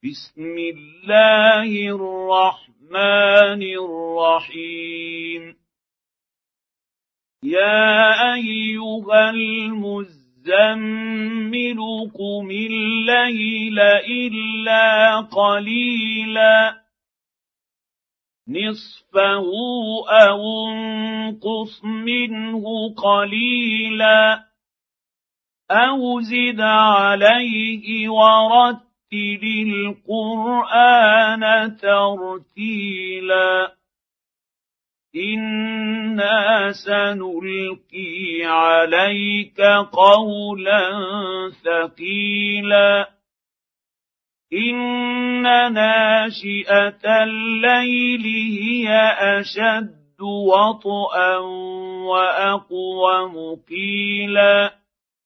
بسم الله الرحمن الرحيم يا أيها المزمل قم الليل إلا قليلا نصفه أو انقص منه قليلا أو زد عليه ورتل القرآن ترتيلا إنا سنلقي عليك قولا ثقيلا إن ناشئة الليل هي أشد وطئا وأقوم قيلا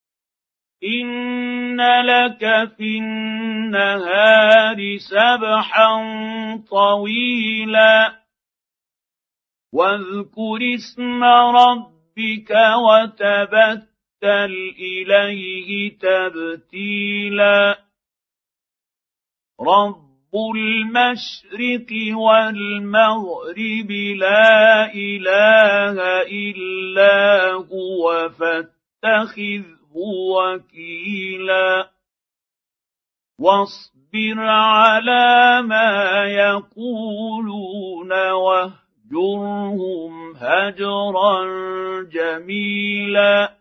إن لك في النهار سبحا طويلا واذكر اسم ربك وتبتل إليه تبتيلا رب المشرق والمغرب لا إله إلا هو فاتخذه وكيلا واصبر على ما يقولون واهجرهم هجرا جميلا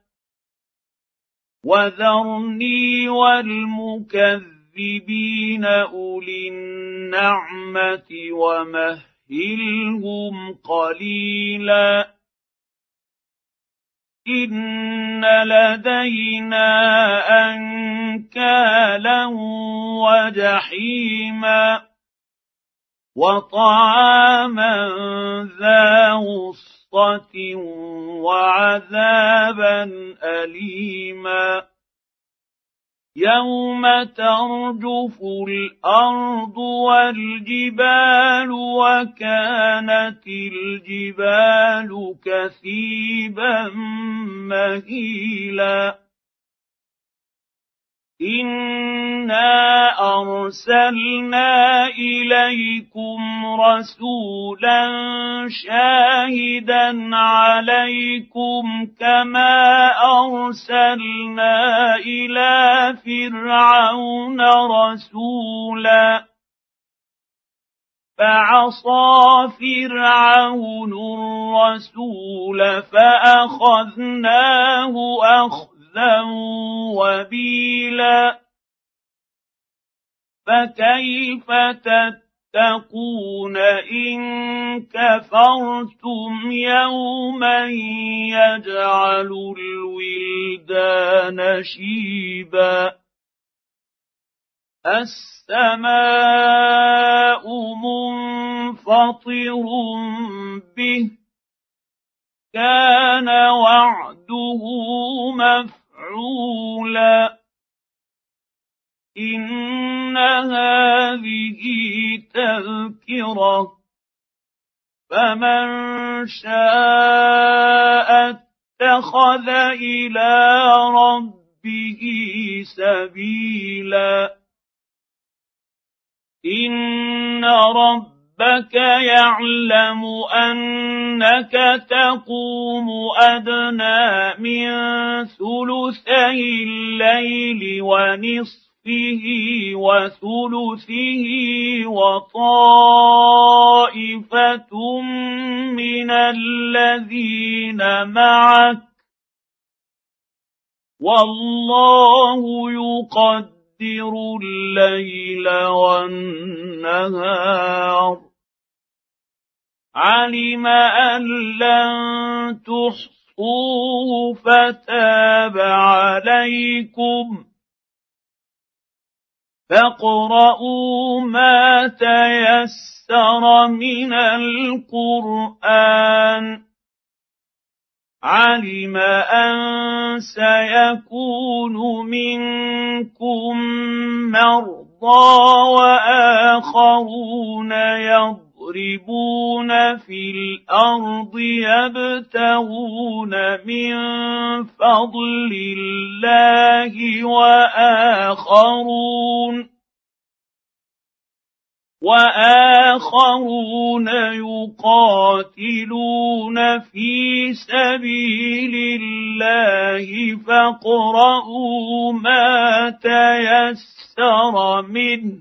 وذرني والمكذبين أولي النعمة ومهلهم قليلا إن لدينا أنكالا وجحيما وطعاما ذا غصة وعذابا أليما يوم ترجف الأرض والجبال وكانت الجبال كثيبا مهيلا إنا أرسلنا إليكم رسولا شاهدا عليكم كما أرسلنا إلى فرعون رسولا فعصى فرعون الرسول فأخذناه أخذا وبيلا فكيف تتقون إن كفرتم يوما يجعل الولدان شيبا السماء منفطر به كان وعده مفعولا إن هذه تذكرة فمن شاء اتخذ إلى ربه سبيلا إن ربك يعلم أنك تقوم أدنى من ثلثي الليل ونصفه وثلثه وطائفة من الذين معك والله يقدر الليل والنهار علم أن لن تحصوه فتاب عليكم فاقرؤوا ما تيسر من القرآن علم أن سيكون منكم مرضى وآخرون يضربون في الأرض يبتغون من فضل الله وآخرون واخرون يقاتلون في سبيل الله فاقرؤوا ما تيسر منه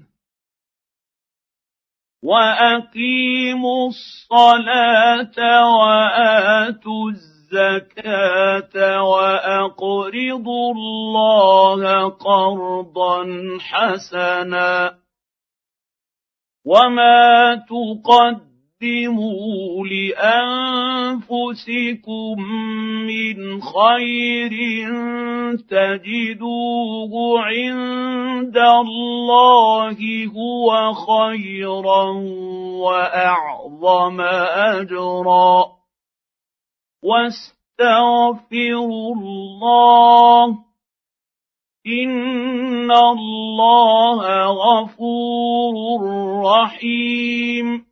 واقيموا الصلاه واتوا الزكاه واقرضوا الله قرضا حسنا وما تقدموا لانفسكم من خير تجدوه عند الله هو خيرا واعظم اجرا واستغفروا الله ان الله غفور رحيم